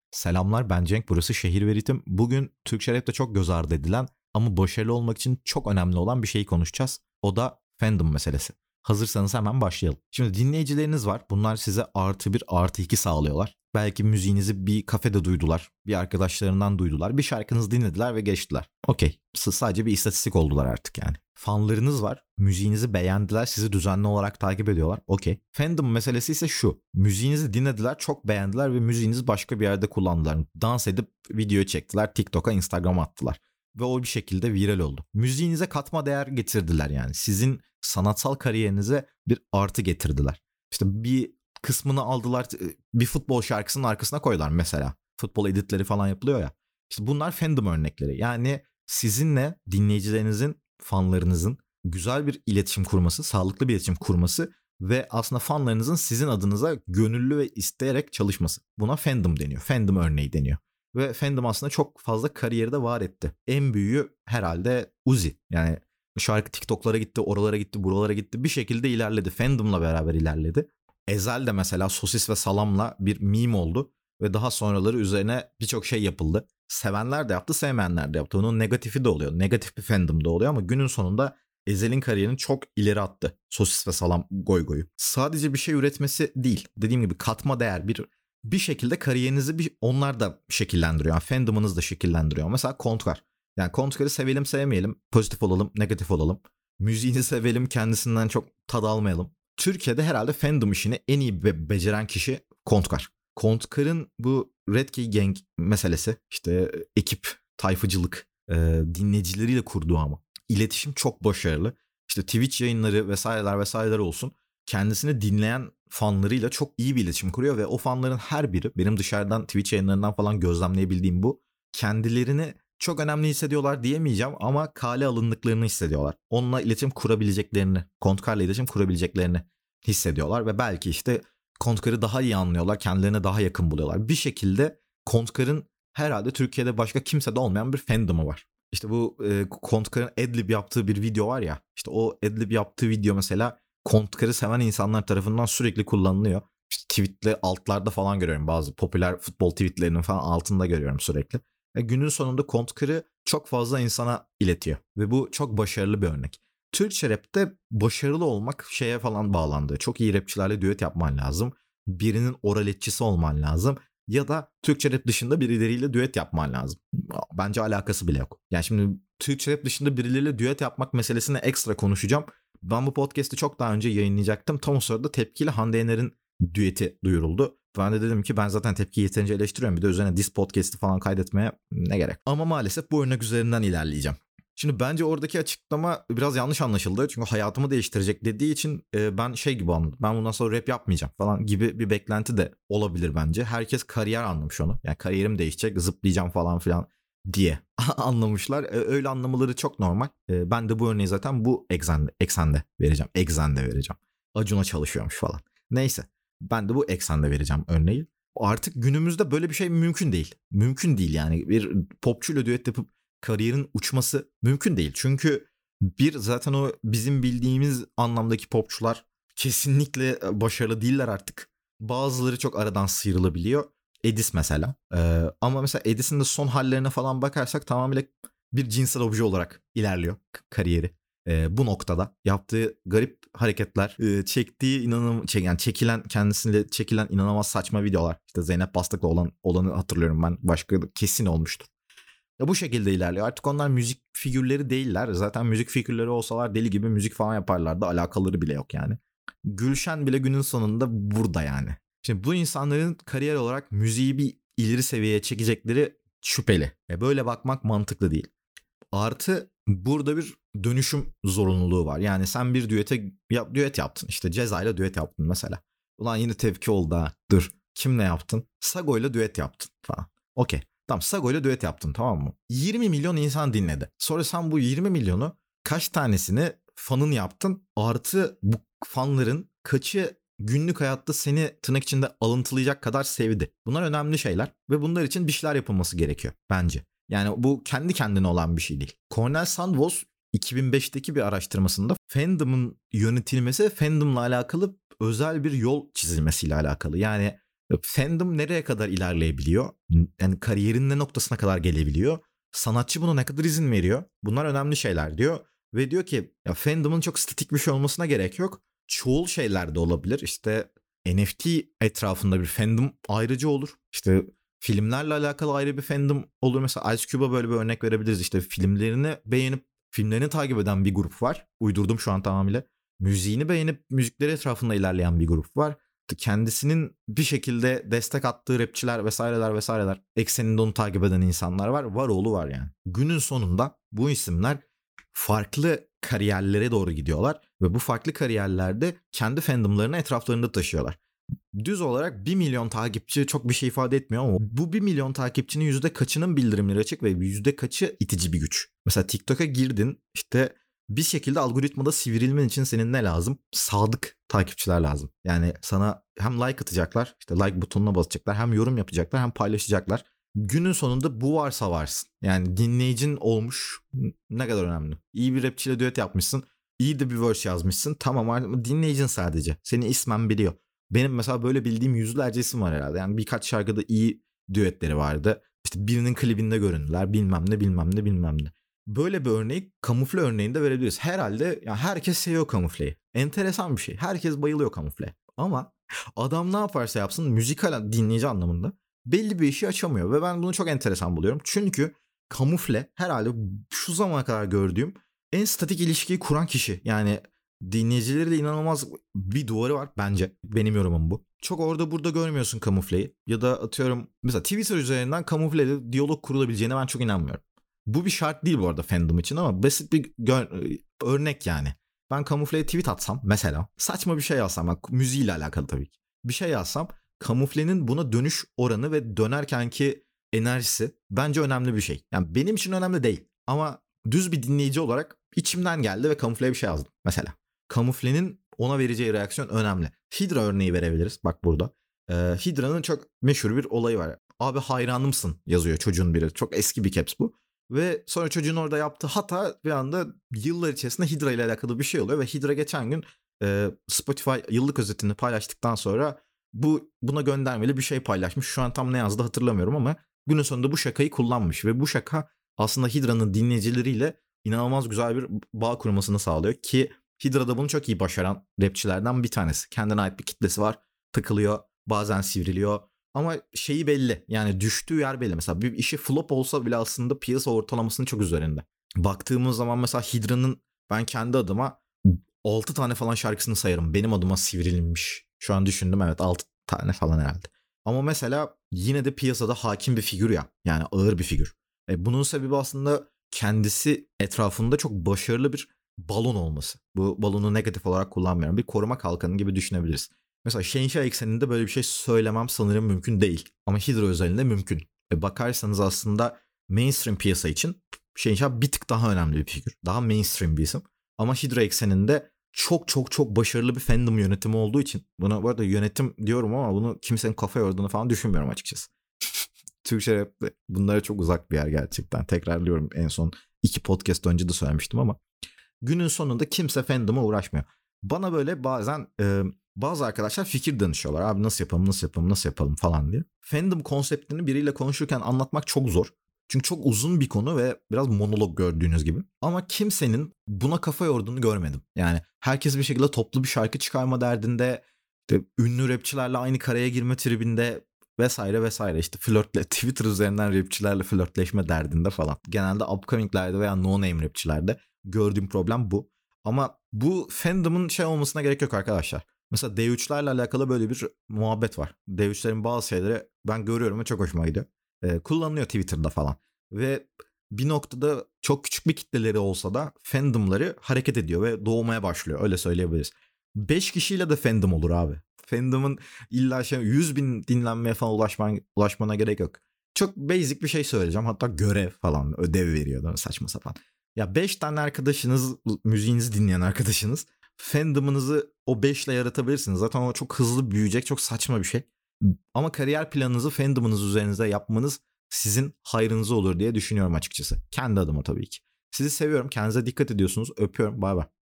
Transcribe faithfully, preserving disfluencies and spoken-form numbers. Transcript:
Selamlar, ben Cenk, burası Şehir ve Ritim. Bugün Türkçe rapte çok göz ardı edilen ama başarılı olmak için çok önemli olan bir şeyi konuşacağız. O da fandom meselesi. Hazırsanız hemen başlayalım. Şimdi dinleyicileriniz var. Bunlar size artı bir, artı iki sağlıyorlar. Belki müziğinizi bir kafede duydular, bir arkadaşlarından duydular, bir şarkınızı dinlediler ve geçtiler. Okey, S- sadece bir istatistik oldular artık yani. Fanlarınız var, müziğinizi beğendiler, sizi düzenli olarak takip ediyorlar. Okey. Fandom meselesi ise şu: müziğinizi dinlediler, çok beğendiler ve müziğinizi başka bir yerde kullandılar. Dans edip video çektiler, TikTok'a, Instagram'a attılar. Ve o bir şekilde viral oldu. Müziğinize katma değer getirdiler yani. Sizin sanatsal kariyerinize bir artı getirdiler. İşte bir kısmını aldılar, bir futbol şarkısının arkasına koydular mesela. Futbol editleri falan yapılıyor ya. İşte bunlar fandom örnekleri. Yani sizinle dinleyicilerinizin, fanlarınızın güzel bir iletişim kurması, sağlıklı bir iletişim kurması ve aslında fanlarınızın sizin adınıza gönüllü ve isteyerek çalışması. Buna fandom deniyor. Fandom örneği deniyor. Ve fandom aslında çok fazla kariyeri de var etti. En büyüğü herhalde Uzi. Yani şarkı TikTok'lara gitti, oralara gitti, buralara gitti. Bir şekilde ilerledi. Fandom'la beraber ilerledi. Ezel de mesela sosis ve salamla bir meme oldu. Ve daha sonraları üzerine birçok şey yapıldı. Sevenler de yaptı, sevmeyenler de yaptı. Onun negatifi de oluyor. Negatif bir fandom da oluyor ama günün sonunda Ezel'in kariyerini çok ileri attı. Sosis ve salam goygoyu. Sadece bir şey üretmesi değil. Dediğim gibi katma değer bir bir şekilde kariyerinizi bir, onlar da şekillendiriyor. Yani fandom'ınız da şekillendiriyor. Mesela Kontkar. Yani Kontkar'ı sevelim sevmeyelim. Pozitif olalım, negatif olalım. Müziğini sevelim, kendisinden çok tad almayalım. Türkiye'de herhalde fandom işini en iyi be- beceren kişi Kontkar. Kontkar'ın bu Red Key Gang meselesi, işte ekip, tayfacılık, e, dinleyicileriyle kurduğu ama iletişim çok başarılı. İşte Twitch yayınları vesaireler vesaireler olsun. Kendisini dinleyen fanlarıyla çok iyi bir iletişim kuruyor ve o fanların her biri, benim dışarıdan Twitch yayınlarından falan gözlemleyebildiğim bu, kendilerini çok önemli hissediyorlar diyemeyeceğim ama kale alındıklarını hissediyorlar. Onunla iletişim kurabileceklerini, Kontkar'la iletişim kurabileceklerini hissediyorlar ve belki işte Kontkar'ı daha iyi anlıyorlar, kendilerine daha yakın buluyorlar. Bir şekilde Kontkar'ın herhalde Türkiye'de başka kimsede olmayan bir fandom'u var. İşte bu e, Kontkar'ın adlib yaptığı bir video var ya, işte o adlib yaptığı video mesela Kontkar'ı seven insanlar tarafından sürekli kullanılıyor. İşte tweetle altlarda falan görüyorum, bazı popüler futbol tweetlerinin falan altında görüyorum sürekli. Ve günün sonunda Kontkar'ı çok fazla insana iletiyor ve bu çok başarılı bir örnek. Türkçe rapte başarılı olmak şeye falan bağlandı. Çok iyi rapçilerle düet yapman lazım. Birinin oraletçisi olman lazım. Ya da Türkçe rap dışında birileriyle düet yapman lazım. Bence alakası bile yok. Yani şimdi Türkçe rap dışında birileriyle düet yapmak meselesine ekstra konuşacağım. Ben bu podcast'i çok daha önce yayınlayacaktım. Tam o sırada Tepki ile Hande Yener'in düeti duyuruldu. Ben de dedim ki ben zaten Tepki'yi yeterince eleştiriyorum. Bir de üzerine diss podcast'i falan kaydetmeye ne gerek. Ama maalesef bu örnek üzerinden ilerleyeceğim. Şimdi bence oradaki açıklama biraz yanlış anlaşıldı. Çünkü hayatımı değiştirecek dediği için e, ben şey gibi anladım. Ben bundan sonra rap yapmayacağım falan gibi bir beklenti de olabilir bence. Herkes kariyer anlamış onu. Yani kariyerim değişecek, zıplayacağım falan filan diye anlamışlar. E, öyle anlamaları çok normal. E, ben de bu örneği zaten bu eksende, eksende vereceğim. Eksende vereceğim. Acun'a çalışıyormuş falan. Neyse. Ben de bu eksende vereceğim örneği. Artık günümüzde böyle bir şey mümkün değil. Mümkün değil yani. Bir popçuyla düet yapıp kariyerin uçması mümkün değil. Çünkü bir, zaten o bizim bildiğimiz anlamdaki popçular kesinlikle başarılı değiller artık. Bazıları çok aradan sıyrılabiliyor. Edis mesela. Ee, ama mesela Edis'in de son hallerine falan bakarsak tamamıyla bir cinsel obje olarak ilerliyor k- kariyeri. Ee, bu noktada yaptığı garip hareketler, e, çektiği inanım, çek, yani çekilen kendisiyle çekilen inanılmaz saçma videolar. İşte Zeynep Bastık'la olan olanı hatırlıyorum ben. Başka da kesin olmuştur. Ya bu şekilde ilerliyor. Artık onlar müzik figürleri değiller. Zaten müzik figürleri olsalar deli gibi müzik falan yaparlardı. Alakaları bile yok yani. Gülşen bile günün sonunda burada yani. Şimdi bu insanların kariyer olarak müziği bir ileri seviyeye çekecekleri şüpheli. E böyle bakmak mantıklı değil. Artı burada bir dönüşüm zorunluluğu var. Yani sen bir düete yap, düet yaptın. İşte Ceza ile düet yaptın mesela. Ulan yine tepki oldu ha. Dur. Kimle yaptın? Sago ile düet yaptın falan. Okey. Tamam, Sago ile düet yaptın, tamam mı? yirmi milyon insan dinledi. Sonra sen bu yirmi milyonu kaç tanesini fanın yaptın? Artı bu fanların kaçı günlük hayatta seni tırnak içinde alıntılayacak kadar sevdi? Bunlar önemli şeyler ve bunlar için bir şeyler yapılması gerekiyor bence. Yani bu kendi kendine olan bir şey değil. Cornel Sandvoss iki bin beşteki bir araştırmasında fandom'un yönetilmesi, fandom'la alakalı özel bir yol çizilmesiyle alakalı. Yani Fandom nereye kadar ilerleyebiliyor? Yani kariyerin ne noktasına kadar gelebiliyor? Sanatçı buna ne kadar izin veriyor? Bunlar önemli şeyler diyor. Ve diyor ki ya fandom'un çok statik bir şey olmasına gerek yok. Çoğul şeyler de olabilir. İşte N F T etrafında bir fandom ayrıca olur. İşte filmlerle alakalı ayrı bir fandom olur. Mesela Ice Cube'a böyle bir örnek verebiliriz. İşte filmlerini beğenip filmlerini takip eden bir grup var. Uydurdum şu an tamamıyla. Müziğini beğenip müzikleri etrafında ilerleyen bir grup var. Kendisinin bir şekilde destek attığı rapçiler vesaireler vesaireler ekseninde onu takip eden insanlar var. Var oğlu var yani. Günün sonunda bu isimler farklı kariyerlere doğru gidiyorlar ve bu farklı kariyerlerde kendi fandomlarını etraflarında taşıyorlar. Düz olarak bir milyon takipçi çok bir şey ifade etmiyor ama bu bir milyon takipçinin yüzde kaçının bildirimleri açık ve yüzde kaçı itici bir güç. Mesela TikTok'a girdin, işte bir şekilde algoritmada sivrilmen için senin ne lazım? Sadık takipçiler lazım. Yani sana hem like atacaklar, işte like butonuna basacaklar, hem yorum yapacaklar, hem paylaşacaklar. Günün sonunda bu varsa varsın. Yani dinleyicin olmuş, ne kadar önemli. İyi bir rapçiyle düet yapmışsın, iyi de bir verse yazmışsın. Tamam, ama dinleyicin sadece. Seni ismen biliyor. Benim mesela böyle bildiğim yüzlerce isim var herhalde. Yani birkaç şarkıda iyi düetleri vardı. İşte birinin klibinde göründüler, bilmem ne bilmem ne bilmem ne. Böyle bir örneği kamufle örneğinde verebiliriz. Herhalde ya herkes seviyor kamufleyi. Enteresan bir şey. Herkes bayılıyor kamufle. Ama adam ne yaparsa yapsın müzikal dinleyici anlamında belli bir işi açamıyor. Ve ben bunu çok enteresan buluyorum. Çünkü kamufle herhalde şu zamana kadar gördüğüm en statik ilişkiyi kuran kişi. Yani dinleyicileriyle inanılmaz bir duvarı var bence. Benim yorumum bu. Çok orada burada görmüyorsun kamufleyi. Ya da atıyorum mesela Twitter üzerinden kamufleyle diyalog kurulabileceğine ben çok inanmıyorum. Bu bir şart değil bu arada fandom için ama basit bir gör- örnek yani. Ben kamufleye tweet atsam mesela, saçma bir şey yazsam, bak müziğiyle alakalı tabii ki. Bir şey yazsam, kamuflenin buna dönüş oranı ve dönerkenki enerjisi bence önemli bir şey. Yani benim için önemli değil ama düz bir dinleyici olarak içimden geldi ve kamufleye bir şey yazdım mesela. Kamuflenin ona vereceği reaksiyon önemli. Hydra örneği verebiliriz bak burada. Ee, Hydra'nın çok meşhur bir olayı var. Abi hayranımsın yazıyor çocuğun biri. Çok eski bir caps bu. Ve sonra çocuğun orada yaptığı hata bir anda yıllar içerisinde Hydra ile alakalı bir şey oluyor. Ve Hydra geçen gün e, Spotify yıllık özetini paylaştıktan sonra bu buna göndermeli bir şey paylaşmış. Şu an tam ne yazdı hatırlamıyorum ama günün sonunda bu şakayı kullanmış. Ve bu şaka aslında Hydra'nın dinleyicileriyle inanılmaz güzel bir bağ kurmasını sağlıyor. Ki Hydra da bunu çok iyi başaran rapçilerden bir tanesi. Kendine ait bir kitlesi var. Takılıyor, bazen sivriliyor. Ama şeyi belli, yani düştüğü yer belli. Mesela bir işi flop olsa bile aslında piyasa ortalamasının çok üzerinde. Baktığımız zaman mesela Hydra'nın ben kendi adıma altı tane falan şarkısını sayarım. Benim adıma sivrilmiş. Şu an düşündüm, evet altı tane falan herhalde. Ama mesela yine de piyasada hakim bir figür ya. Yani ağır bir figür. E bunun sebebi aslında kendisi etrafında çok başarılı bir balon olması. Bu balonu negatif olarak kullanmıyorum. Bir koruma kalkanı gibi düşünebiliriz. Mesela Shenshia ekseninde böyle bir şey söylemem sanırım mümkün değil. Ama Hydra özelinde mümkün. E bakarsanız aslında mainstream piyasa için Shenshia bir tık daha önemli bir figür. Daha mainstream bir isim. Ama Hydra ekseninde çok çok çok başarılı bir fandom yönetimi olduğu için, buna bu arada yönetim diyorum ama bunu kimsenin kafa yorduğunu falan düşünmüyorum açıkçası. Türkçe rap'te bunlara çok uzak bir yer gerçekten. Tekrarlıyorum, en son iki podcast önce de söylemiştim ama günün sonunda kimse fandom'a uğraşmıyor. Bana böyle bazen e, bazı arkadaşlar fikir danışıyorlar. Abi nasıl yapalım, nasıl yapalım, nasıl yapalım falan diye. Fandom konseptini biriyle konuşurken anlatmak çok zor. Çünkü çok uzun bir konu ve biraz monolog gördüğünüz gibi. Ama kimsenin buna kafa yorduğunu görmedim. Yani herkes bir şekilde toplu bir şarkı çıkarma derdinde, işte ünlü rapçilerle aynı karaya girme tribinde vesaire vesaire, işte flörtle Twitter üzerinden rapçilerle flörtleşme derdinde falan. Genelde upcominglerde veya no name rapçilerde gördüğüm problem bu. Ama bu fandom'un şey olmasına gerek yok arkadaşlar. Mesela D üç'lerle alakalı böyle bir muhabbet var. D üç'lerin bazı şeyleri ben görüyorum ve çok hoşuma gidiyor. Ee, kullanılıyor Twitter'da falan. Ve bir noktada çok küçük bir kitleleri olsa da fandom'ları hareket ediyor ve doğmaya başlıyor. Öyle söyleyebiliriz. beş kişiyle de fandom olur abi. Fandom'ın illa şey yüz bin dinlenmeye falan ulaşman, ulaşmana gerek yok. Çok basic bir şey söyleyeceğim. Hatta görev falan, ödev veriyor saçma sapan. Ya beş tane arkadaşınız, müziğinizi dinleyen arkadaşınız, fandom'ınızı o beş ile yaratabilirsiniz. Zaten o çok hızlı büyüyecek, çok saçma bir şey. Ama kariyer planınızı fandom'ınız üzerinize yapmanız sizin hayrınıza olur diye düşünüyorum açıkçası. Kendi adıma tabii ki. Sizi seviyorum. Kendinize dikkat ediyorsunuz. Öpüyorum. Bay bay.